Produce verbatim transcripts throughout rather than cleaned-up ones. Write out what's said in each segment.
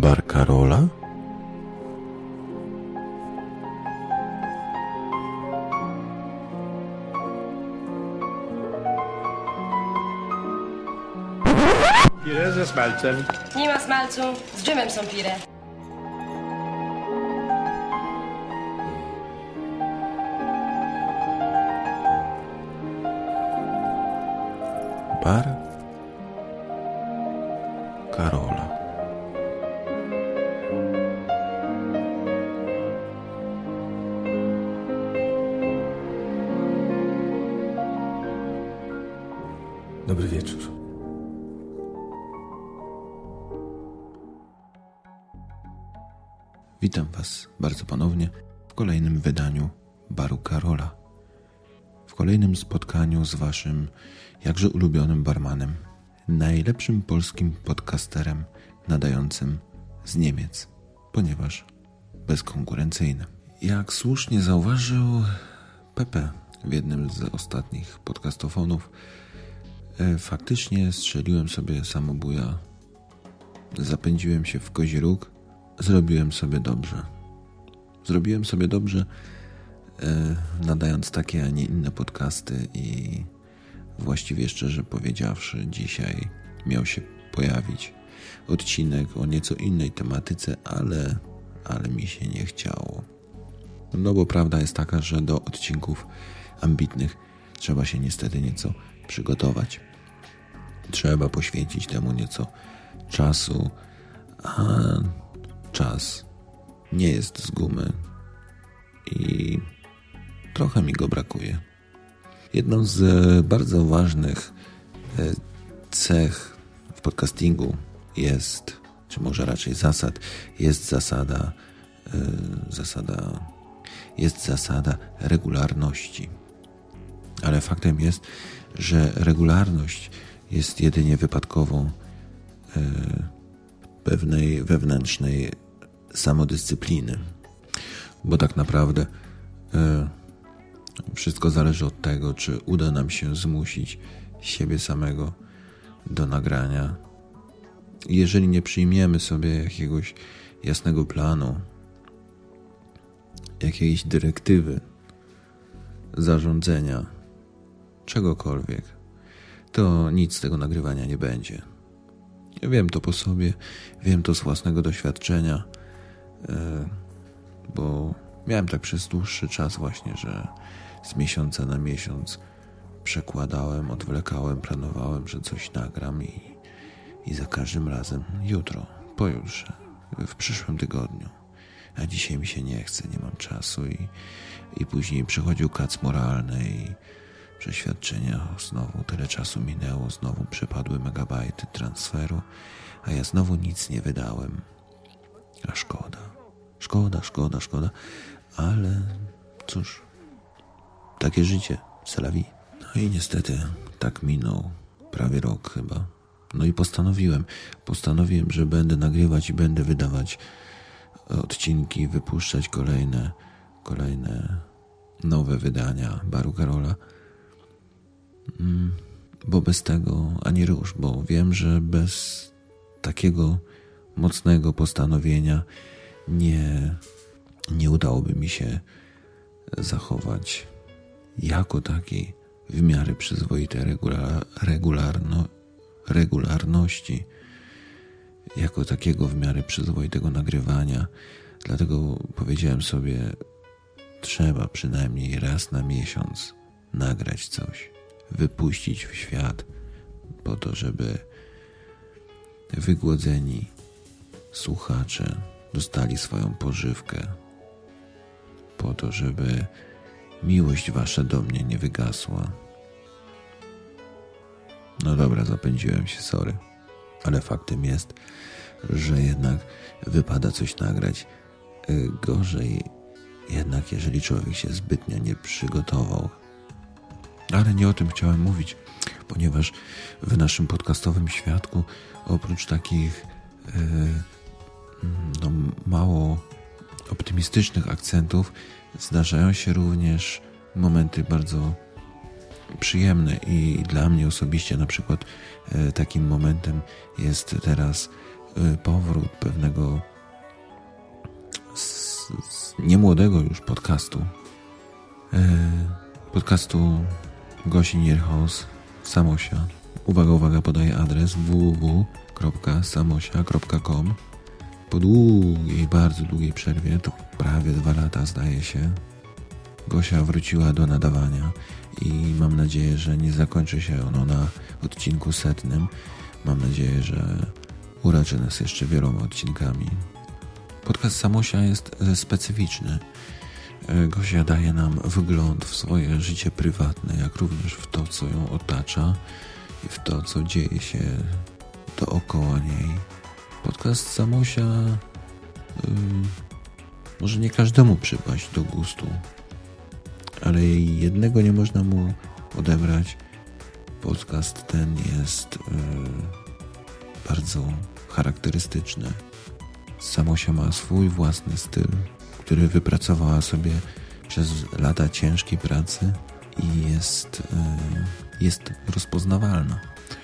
Bar Karola? Pire ze smalcem. Nie ma smalcu, z dżemem są pire. Bar Karola. Dobry wieczór. Witam Was bardzo ponownie w kolejnym wydaniu Baru Karola. W kolejnym spotkaniu z Waszym jakże ulubionym barmanem, najlepszym polskim podcasterem nadającym z Niemiec, ponieważ bezkonkurencyjnym. Jak słusznie zauważył Pepe w jednym z ostatnich podcastofonów, faktycznie strzeliłem sobie samobuja, zapędziłem się w kozi róg, zrobiłem sobie dobrze. Zrobiłem sobie dobrze, nadając takie, a nie inne podcasty i właściwie szczerze powiedziawszy, dzisiaj miał się pojawić odcinek o nieco innej tematyce, ale, ale mi się nie chciało. No bo prawda jest taka, że do odcinków ambitnych trzeba się niestety nieco przygotować. Trzeba poświęcić temu nieco czasu, a czas nie jest z gumy i trochę mi go brakuje. Jedną z bardzo ważnych cech w podcastingu jest, czy może raczej zasad, jest zasada, zasada, jest zasada regularności. Ale faktem jest, że regularność jest jedynie wypadkową pewnej wewnętrznej samodyscypliny. Bo tak naprawdę wszystko zależy od tego, czy uda nam się zmusić siebie samego do nagrania. Jeżeli nie przyjmiemy sobie jakiegoś jasnego planu, jakiejś dyrektywy, zarządzenia, czegokolwiek, to nic z tego nagrywania nie będzie. Ja wiem to po sobie, wiem to z własnego doświadczenia, bo miałem tak przez dłuższy czas właśnie, że z miesiąca na miesiąc przekładałem, odwlekałem, planowałem, że coś nagram i, i za każdym razem jutro, pojutrze, w przyszłym tygodniu. A dzisiaj mi się nie chce, nie mam czasu i, i później przychodził kac moralny i przeświadczenia, znowu tyle czasu minęło, znowu przepadły megabajty transferu, a ja znowu nic nie wydałem. A szkoda, szkoda, szkoda, szkoda, ale cóż, takie życie, c'est la vie. No i niestety tak minął prawie rok chyba. No i postanowiłem, postanowiłem, że będę nagrywać i będę wydawać odcinki, wypuszczać kolejne, kolejne nowe wydania Baru Karola. Bo bez tego ani rusz, bo wiem, że bez takiego mocnego postanowienia nie, nie udałoby mi się zachować jako takiej w miarę przyzwoitej regular, regularno, regularności, jako takiego w miarę przyzwoitego nagrywania. Dlatego powiedziałem sobie, trzeba przynajmniej raz na miesiąc nagrać coś, wypuścić w świat po to, żeby wygłodzeni słuchacze dostali swoją pożywkę, po to, żeby miłość wasza do mnie nie wygasła. No dobra, zapędziłem się, sorry, ale faktem jest, że jednak wypada coś nagrać. Gorzej jednak, jeżeli człowiek się zbytnio nie przygotował. Ale nie o tym chciałem mówić, ponieważ w naszym podcastowym świadku oprócz takich yy, no, mało optymistycznych akcentów zdarzają się również momenty bardzo przyjemne i dla mnie osobiście na przykład yy, takim momentem jest teraz powrót pewnego z, z niemłodego już podcastu. Podcastu Gosi Nierhaus Samosia. Uwaga, uwaga, podaję adres w w w kropka samosia kropka com. Po długiej, bardzo długiej przerwie, to prawie dwa lata zdaje się, Gosia wróciła do nadawania i mam nadzieję, że nie zakończy się ono na odcinku setnym. Mam nadzieję, że uraczy nas jeszcze wieloma odcinkami. Podcast Samosia jest specyficzny. Gosia daje nam wgląd w swoje życie prywatne, jak również w to, co ją otacza i w to, co dzieje się dookoła niej. Podcast Samosia yy, może nie każdemu przypaść do gustu, ale jednego nie można mu odebrać. Podcast ten jest yy, bardzo charakterystyczny. Samosia ma swój własny styl, który wypracowała sobie przez lata ciężkiej pracy i jest, yy, jest rozpoznawalna.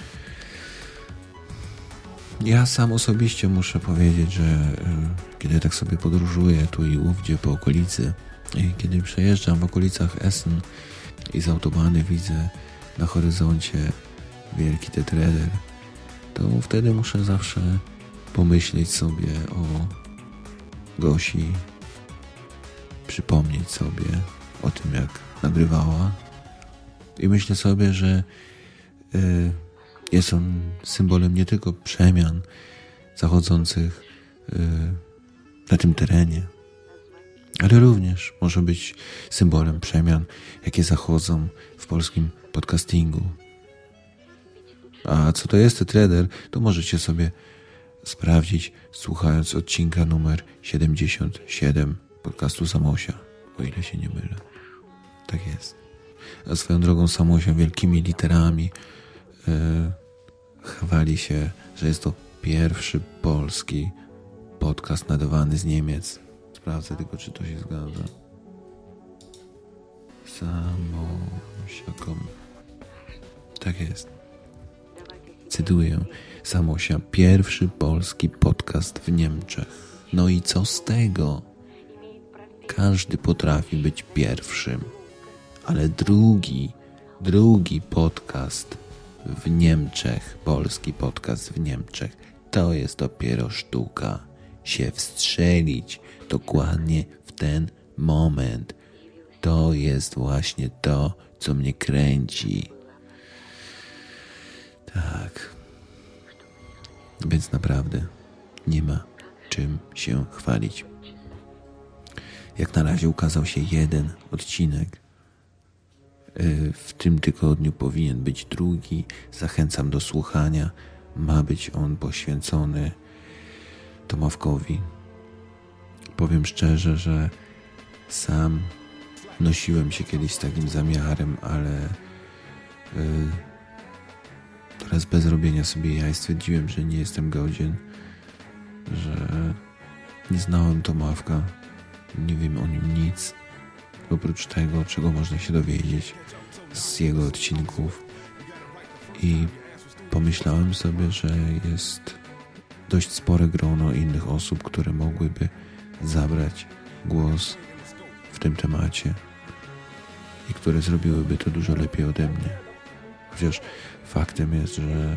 Ja sam osobiście muszę powiedzieć, że yy, kiedy tak sobie podróżuję tu i ówdzie po okolicy i kiedy przejeżdżam w okolicach Essen i z autobany widzę na horyzoncie wielki tetreder, to wtedy muszę zawsze pomyśleć sobie o Gosi, przypomnieć sobie o tym, jak nagrywała i myślę sobie, że yy, jest on symbolem nie tylko przemian zachodzących yy, na tym terenie, ale również może być symbolem przemian, jakie zachodzą w polskim podcastingu. A co to jest tetraeder, to możecie sobie sprawdzić, słuchając odcinka numer siedemdziesiąt siedem podcastu Samosia, o ile się nie mylę. Tak jest. A swoją drogą Samosia wielkimi literami yy, chwali się, że jest to pierwszy polski podcast nadawany z Niemiec. Sprawdzę tylko, czy to się zgadza. Samosia kropka com. Tak jest. Cytuję. Samosia, pierwszy polski podcast w Niemczech. No i co z tego? Każdy potrafi być pierwszym, ale drugi, drugi podcast w Niemczech, polski podcast w Niemczech, to jest dopiero sztuka. Się wstrzelić dokładnie w ten moment. To jest właśnie to, co mnie kręci. Tak. Więc naprawdę nie ma czym się chwalić. Jak na razie ukazał się jeden odcinek. W tym tygodniu powinien być drugi. Zachęcam do słuchania. Ma być on poświęcony Tomawkowi. Powiem szczerze, że sam nosiłem się kiedyś z takim zamiarem, ale yy, teraz bez robienia sobie jaj stwierdziłem, że nie jestem godzien, że nie znałem Tomawka, nie wiem o nim nic, oprócz tego, czego można się dowiedzieć z jego odcinków, i pomyślałem sobie, że jest dość spore grono innych osób, które mogłyby zabrać głos w tym temacie i które zrobiłyby to dużo lepiej ode mnie. Chociaż faktem jest, że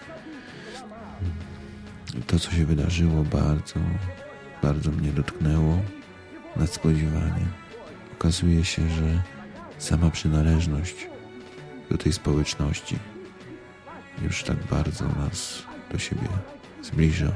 to, co się wydarzyło, bardzo, bardzo mnie dotknęło nadspodziewanie. Okazuje się, że sama przynależność do tej społeczności już tak bardzo nas do siebie zbliża.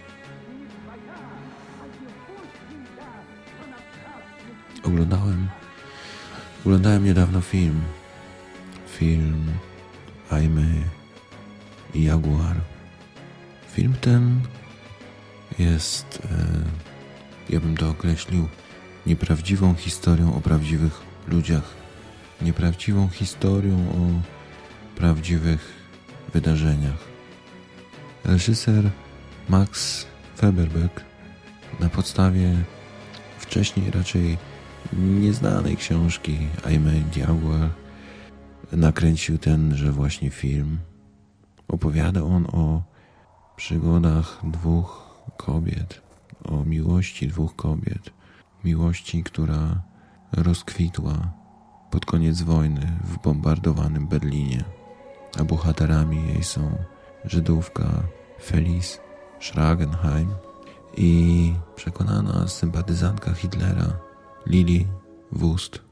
Oglądałem oglądałem niedawno film film Aimee i Jaguar. Film ten jest, e, ja bym to określił, nieprawdziwą historią o prawdziwych ludziach, nieprawdziwą historią o prawdziwych wydarzeniach. Reżyser Max Feberbeck na podstawie wcześniej raczej nieznanej książki Aimee i Jaguar nakręcił tenże właśnie film. Opowiada on o przygodach dwóch kobiet, o miłości dwóch kobiet, miłości, która rozkwitła pod koniec wojny w bombardowanym Berlinie, a bohaterami jej są Żydówka Felice Schragenheim i przekonana sympatyzantka Hitlera Lili Wust.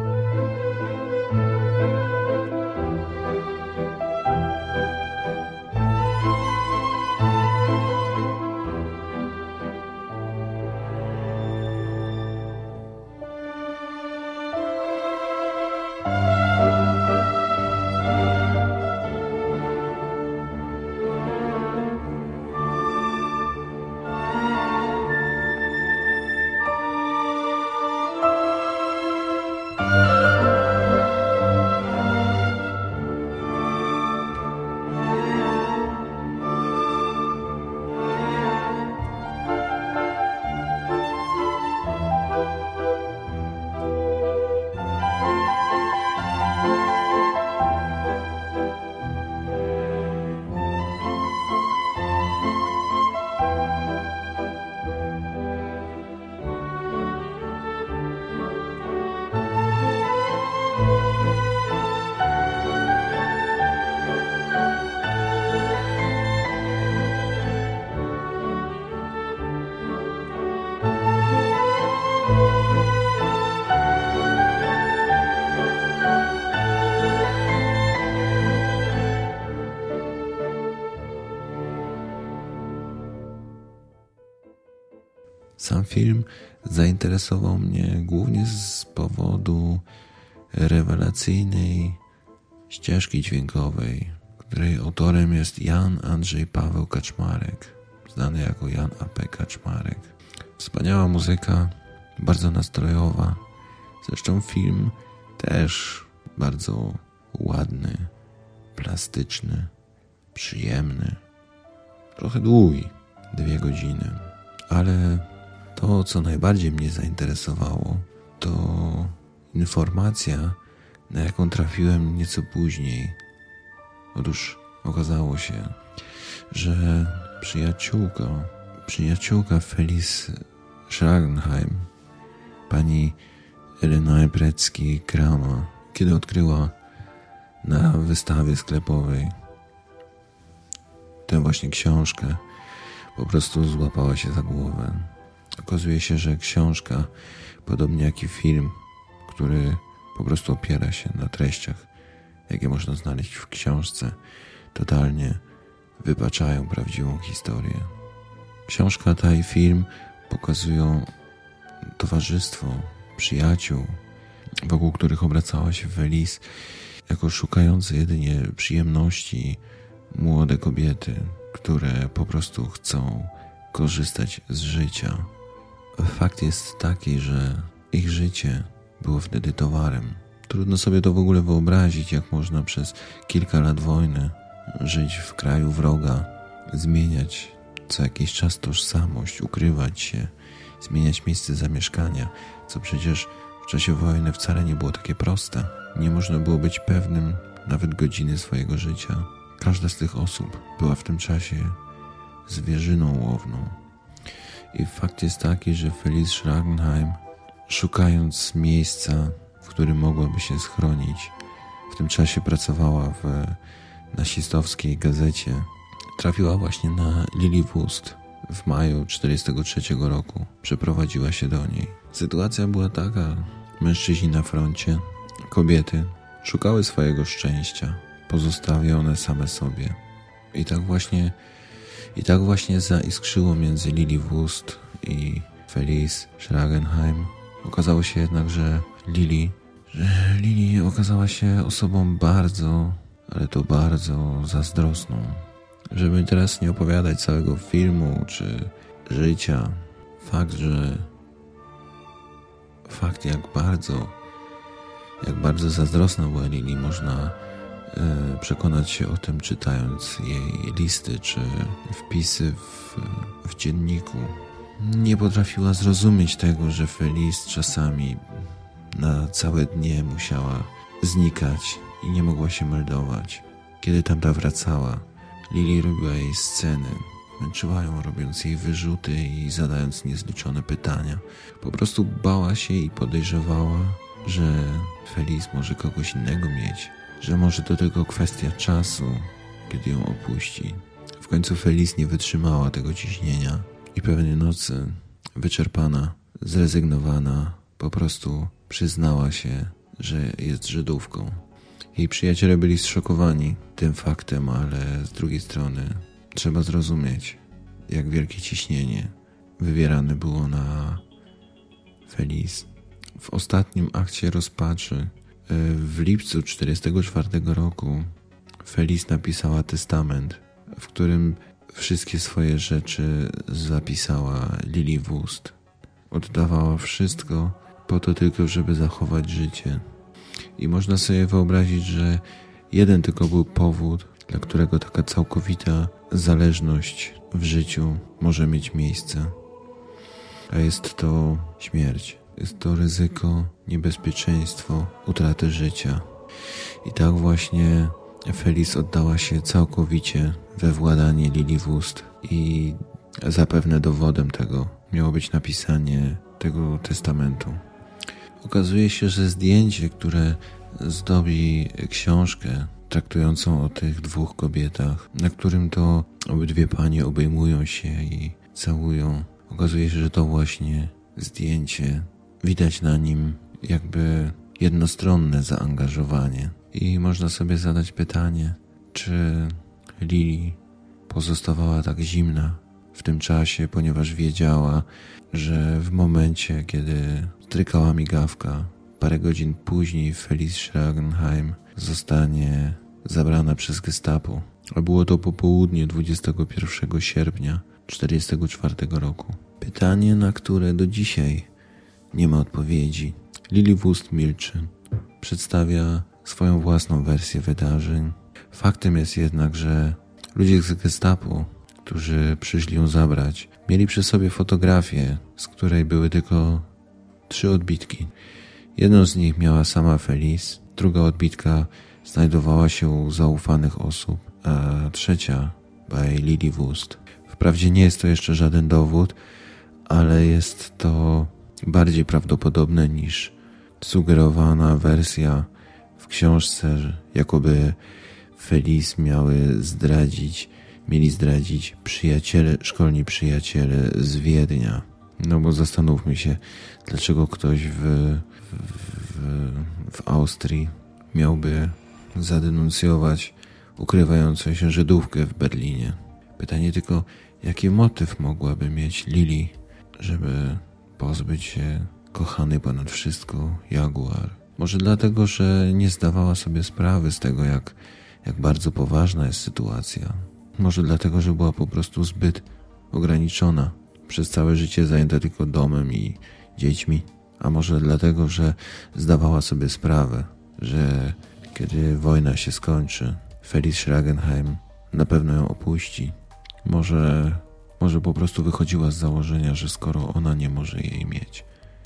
Sam film zainteresował mnie głównie z powodu rewelacyjnej ścieżki dźwiękowej, której autorem jest Jan Andrzej Paweł Kaczmarek, znany jako Jan A P Kaczmarek. Wspaniała muzyka, bardzo nastrojowa. Zresztą film też bardzo ładny, plastyczny, przyjemny. Trochę długi, dwie godziny, ale to, co najbardziej mnie zainteresowało, to informacja, na jaką trafiłem nieco później. Otóż okazało się, że przyjaciółka, przyjaciółka Felice Schragenheim, pani Elena Brecki-Krama, kiedy odkryła na wystawie sklepowej tę właśnie książkę, po prostu złapała się za głowę. Okazuje się, że książka, podobnie jak i film, który po prostu opiera się na treściach, jakie można znaleźć w książce, totalnie wypaczają prawdziwą historię. Książka ta i film pokazują towarzystwo przyjaciół, wokół których obracała się Felice, jako szukające jedynie przyjemności młode kobiety, które po prostu chcą korzystać z życia. Fakt jest taki, że ich życie było wtedy towarem. Trudno sobie to w ogóle wyobrazić, jak można przez kilka lat wojny żyć w kraju wroga, zmieniać co jakiś czas tożsamość, ukrywać się, zmieniać miejsce zamieszkania, co przecież w czasie wojny wcale nie było takie proste. Nie można było być pewnym nawet godziny swojego życia. Każda z tych osób była w tym czasie zwierzyną łowną. I fakt jest taki, że Felice Schragenheim, szukając miejsca, w którym mogłaby się schronić, w tym czasie pracowała w nazistowskiej gazecie, trafiła właśnie na Lili Wust. W maju tysiąc dziewięćset czterdziestego trzeciego roku przeprowadziła się do niej. Sytuacja była taka: mężczyźni na froncie, kobiety szukały swojego szczęścia, pozostawione same sobie. I tak właśnie I tak właśnie zaiskrzyło między Lili Wust i Felice Schragenheim. Okazało się jednak, że Lili, że Lili okazała się osobą bardzo, ale to bardzo zazdrosną. Żeby teraz nie opowiadać całego filmu czy życia, fakt, że fakt jak bardzo, jak bardzo zazdrosna była Lili, można e, przekonać się o tym, czytając jej listy czy wpisy w, w dzienniku. Nie potrafiła zrozumieć tego, że Felice czasami na całe dnie musiała znikać i nie mogła się meldować. Kiedy tamta wracała, Lili robiła jej sceny, męczyła ją, robiąc jej wyrzuty i zadając niezliczone pytania. Po prostu bała się i podejrzewała, że Feliz może kogoś innego mieć, że może to tylko kwestia czasu, kiedy ją opuści. W końcu Feliz nie wytrzymała tego ciśnienia i pewnej nocy, wyczerpana, zrezygnowana, po prostu przyznała się, że jest Żydówką. Jej przyjaciele byli zszokowani tym faktem, ale z drugiej strony trzeba zrozumieć, jak wielkie ciśnienie wywierane było na Feliz. W ostatnim akcie rozpaczy w lipcu tysiąc dziewięćset czterdziestego czwartego roku Feliz napisała testament, w którym wszystkie swoje rzeczy zapisała Lili w ust. Oddawała wszystko po to tylko, żeby zachować życie. I można sobie wyobrazić, że jeden tylko był powód, dla którego taka całkowita zależność w życiu może mieć miejsce. A jest to śmierć. Jest to ryzyko, niebezpieczeństwo, utraty życia. I tak właśnie Feliz oddała się całkowicie we władanie Lili w ust. I zapewne dowodem tego miało być napisanie tego testamentu. Okazuje się, że zdjęcie, które zdobi książkę traktującą o tych dwóch kobietach, na którym to obydwie panie obejmują się i całują, okazuje się, że to właśnie zdjęcie. Widać na nim jakby jednostronne zaangażowanie. I można sobie zadać pytanie, czy Lili pozostawała tak zimna w tym czasie, ponieważ wiedziała, że w momencie, kiedy strykała migawka, parę godzin później Feliz Schragenheim zostanie zabrana przez Gestapo. A było to popołudnie dwudziestego pierwszego sierpnia tysiąc dziewięćset czterdziestego czwartego roku. Pytanie, na które do dzisiaj nie ma odpowiedzi. Lili w ust milczy. Przedstawia swoją własną wersję wydarzeń. Faktem jest jednak, że ludzie z Gestapo, którzy przyszli ją zabrać, mieli przy sobie fotografię, z której były tylko trzy odbitki. Jedną z nich miała sama Feliz, druga odbitka znajdowała się u zaufanych osób, a trzecia była jej Lili w ust. Wprawdzie nie jest to jeszcze żaden dowód, ale jest to bardziej prawdopodobne niż sugerowana wersja w książce, że jakoby Feliz miały zdradzić, mieli zdradzić przyjaciele, szkolni przyjaciele z Wiednia. No bo zastanówmy się, dlaczego ktoś w, w, w Austrii miałby zadenuncjować ukrywającą się Żydówkę w Berlinie. Pytanie tylko, jaki motyw mogłaby mieć Lili, żeby pozbyć się kochanej ponad wszystko Jaguar. Może dlatego, że nie zdawała sobie sprawy z tego, jak, jak bardzo poważna jest sytuacja. Może dlatego, że była po prostu zbyt ograniczona. Przez całe życie zajęta tylko domem i dziećmi. A może dlatego, że zdawała sobie sprawę, że kiedy wojna się skończy, Feliz Schragenheim na pewno ją opuści. Może, może po prostu wychodziła z założenia, że skoro ona nie może jej mieć,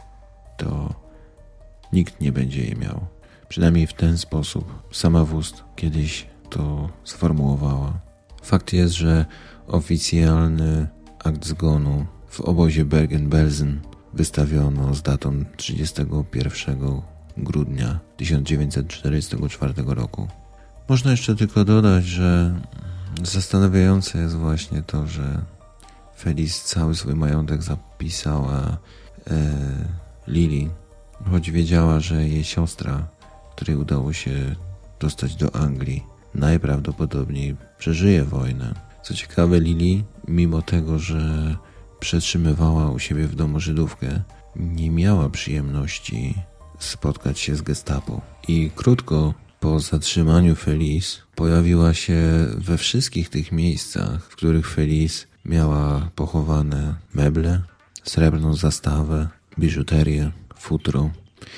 to nikt nie będzie jej miał. Przynajmniej w ten sposób sama w ust kiedyś to sformułowała. Fakt jest, że oficjalny akt zgonu w obozie Bergen-Belsen wystawiono z datą trzydziestego pierwszego grudnia tysiąc dziewięćset czterdziestego czwartego roku. Można jeszcze tylko dodać, że zastanawiające jest właśnie to, że Feliz cały swój majątek zapisała e, Lili, choć wiedziała, że jej siostra, której udało się dostać do Anglii, najprawdopodobniej przeżyje wojnę. Co ciekawe, Lili, mimo tego, że przetrzymywała u siebie w domu Żydówkę, nie miała przyjemności spotkać się z Gestapo. I krótko po zatrzymaniu Feliz pojawiła się we wszystkich tych miejscach, w których Feliz miała pochowane meble, srebrną zastawę, biżuterię, futro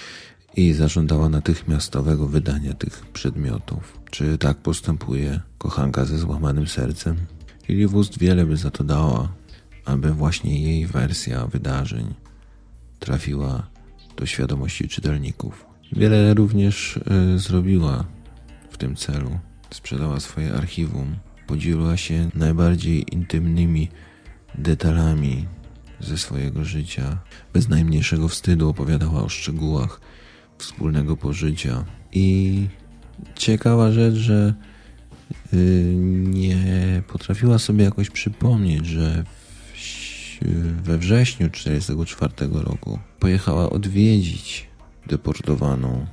i zażądała natychmiastowego wydania tych przedmiotów. Czy tak postępuje kochanka ze złamanym sercem? Lili w ust wiele by za to dała, aby właśnie jej wersja wydarzeń trafiła do świadomości czytelników. Wiele również y, zrobiła w tym celu. Sprzedała swoje archiwum, podzieliła się najbardziej intymnymi detalami ze swojego życia. Bez najmniejszego wstydu opowiadała o szczegółach wspólnego pożycia. I ciekawa rzecz, że yy, nie potrafiła sobie jakoś przypomnieć, że w, we wrześniu tysiąc dziewięćset czterdziestego czwartego roku pojechała odwiedzić deportowaną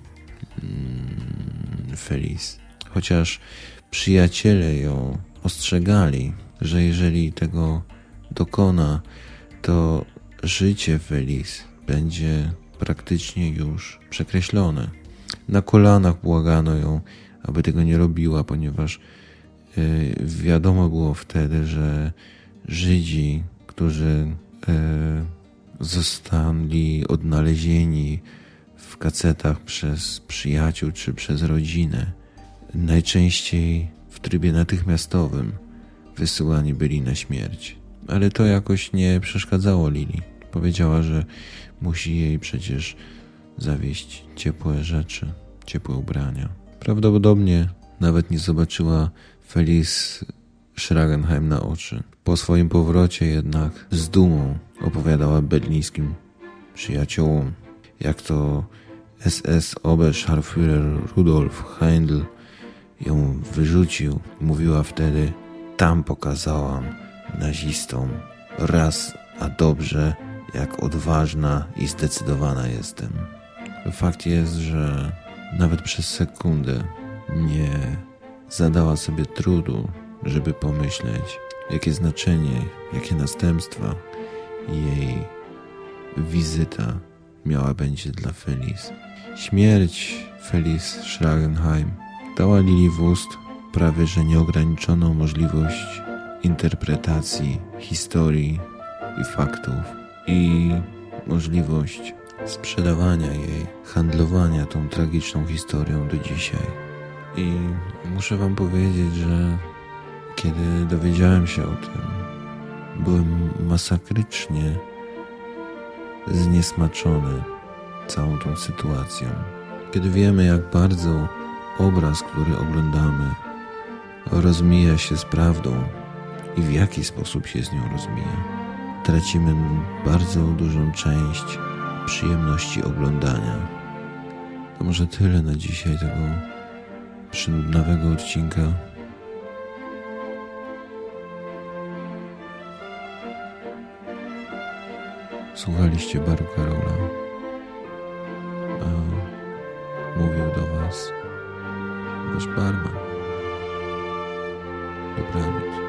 yy, Feliz. Chociaż przyjaciele ją ostrzegali, że jeżeli tego dokona, to życie Feliz będzie praktycznie już przekreślone. Na kolanach błagano ją, aby tego nie robiła, ponieważ yy, wiadomo było wtedy, że Żydzi, którzy yy, zostali odnalezieni w kacetach przez przyjaciół czy przez rodzinę, najczęściej w trybie natychmiastowym wysyłani byli na śmierć. Ale to jakoś nie przeszkadzało Lili. Powiedziała, że musi jej przecież zawieźć ciepłe rzeczy, ciepłe ubrania. Prawdopodobnie nawet nie zobaczyła Feliz Schragenheim na oczy. Po swoim powrocie jednak z dumą opowiadała berlińskim przyjaciołom, jak to S S Oberscharführer Rudolf Heindl ją wyrzucił. Mówiła wtedy: tam pokazałam nazistom raz a dobrze, jak odważna i zdecydowana jestem. Fakt jest, że nawet przez sekundę nie zadała sobie trudu, żeby pomyśleć, jakie znaczenie, jakie następstwa jej wizyta miała będzie dla Feliz. Śmierć Feliz Schragenheim dała Lili w ust prawie że nieograniczoną możliwość interpretacji historii i faktów i możliwość sprzedawania jej, handlowania tą tragiczną historią do dzisiaj. I muszę wam powiedzieć, że kiedy dowiedziałem się o tym, byłem masakrycznie zniesmaczony całą tą sytuacją. Kiedy wiemy, jak bardzo obraz, który oglądamy, rozmija się z prawdą i w jaki sposób się z nią rozmija, tracimy bardzo dużą część przyjemności oglądania. To może tyle na dzisiaj tego przynudnawego odcinka. Słuchaliście Baru Karola, a mówił do was wasz barman. Dobranoc.